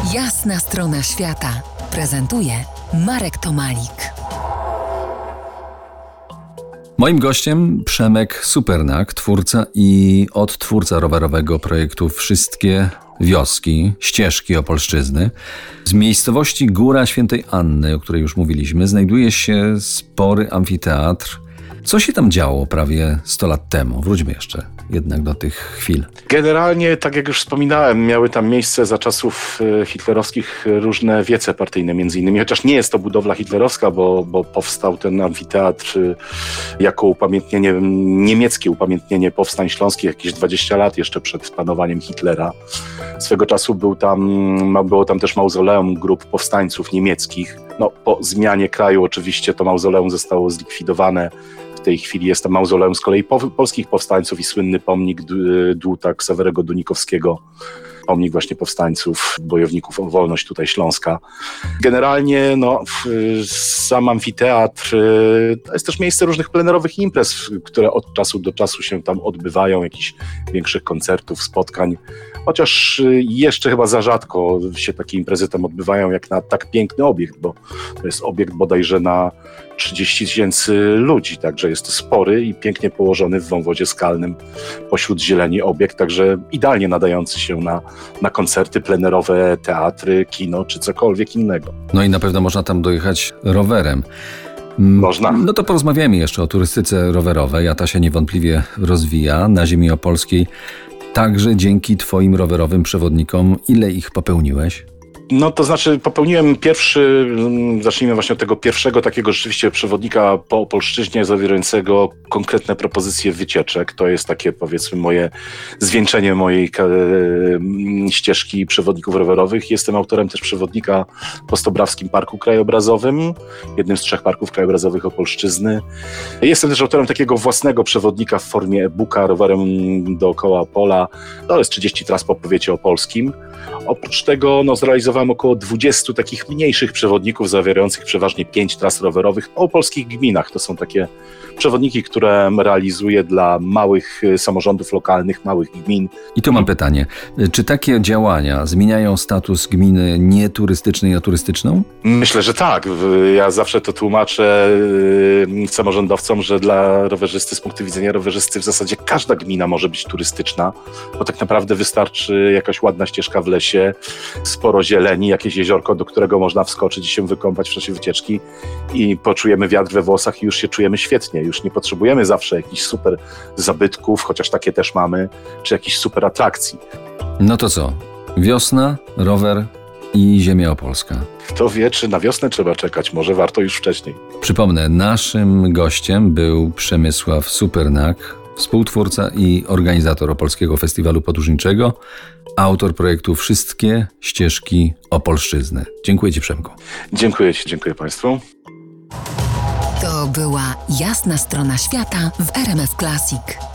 Jasna strona świata prezentuje Marek Tomalik. Moim gościem Przemek Supernak, twórca i odtwórca rowerowego projektu Wszystkie wioski, ścieżki Opolszczyzny. Z miejscowości Góra Świętej Anny, o której już mówiliśmy, znajduje się spory amfiteatr. Co się tam działo prawie 100 lat temu? Wróćmy jeszcze jednak do tych chwil. Generalnie, tak jak już wspominałem, miały tam miejsce za czasów hitlerowskich różne wiece partyjne między innymi, chociaż nie jest to budowla hitlerowska, bo powstał ten amfiteatr jako upamiętnienie, niemieckie upamiętnienie powstań śląskich jakieś 20 lat jeszcze przed panowaniem Hitlera. Swego czasu było tam też mauzoleum grup powstańców niemieckich. Po zmianie kraju oczywiście to mauzoleum zostało zlikwidowane. W tej chwili jest to mauzoleum z kolei polskich powstańców i słynny pomnik Dłuta Ksawerego Dunikowskiego. Pomnik właśnie powstańców, bojowników o wolność tutaj Śląska. Generalnie sam amfiteatr to jest też miejsce różnych plenerowych imprez, które od czasu do czasu się tam odbywają, jakichś większych koncertów, spotkań. Chociaż jeszcze chyba za rzadko się takie imprezy tam odbywają jak na tak piękny obiekt, bo to jest obiekt bodajże na 30 000 ludzi, także jest to spory i pięknie położony w wąwozie skalnym pośród zieleni obiekt, także idealnie nadający się na koncerty plenerowe, teatry, kino czy cokolwiek innego. No i na pewno można tam dojechać rowerem. Można. No to porozmawiamy jeszcze o turystyce rowerowej, a ta się niewątpliwie rozwija na ziemi opolskiej. Także dzięki twoim rowerowym przewodnikom. Ile ich popełniłeś? To znaczy popełniłem zacznijmy właśnie od tego pierwszego takiego rzeczywiście przewodnika po Opolszczyźnie zawierającego konkretne propozycje wycieczek. To jest takie, powiedzmy, zwieńczenie mojej ścieżki przewodników rowerowych. Jestem autorem też przewodnika po Stobrawskim Parku Krajobrazowym, jednym z 3 parków krajobrazowych Opolszczyzny. Jestem też autorem takiego własnego przewodnika w formie e-booka rowerem dookoła Opola. To jest 30 tras po powiecie opolskim. Oprócz tego zrealizowałem około 20 takich mniejszych przewodników zawierających przeważnie 5 tras rowerowych o polskich gminach. To są takie przewodniki, które realizuję dla małych samorządów lokalnych, małych gmin. I tu mam pytanie. Czy takie działania zmieniają status gminy nieturystycznej na turystyczną? Myślę, że tak. Ja zawsze to tłumaczę samorządowcom, że dla rowerzysty, z punktu widzenia rowerzysty w zasadzie każda gmina może być turystyczna, bo tak naprawdę wystarczy jakaś ładna ścieżka w lesie, sporo zieleni, jakieś jeziorko, do którego można wskoczyć i się wykąpać w czasie wycieczki i poczujemy wiatr we włosach i już się czujemy świetnie. Już nie potrzebujemy zawsze jakichś super zabytków, chociaż takie też mamy, czy jakichś super atrakcji. No to co? Wiosna, rower i ziemia opolska. Kto wie, czy na wiosnę trzeba czekać, może warto już wcześniej. Przypomnę, naszym gościem był Przemysław Supernak, współtwórca i organizator Opolskiego Festiwalu Podróżniczego, autor projektu Wszystkie ścieżki Opolszczyzny. Dziękuję Ci, Przemku. Dziękuję Ci, dziękuję Państwu. To była Jasna strona świata w RMF Classic.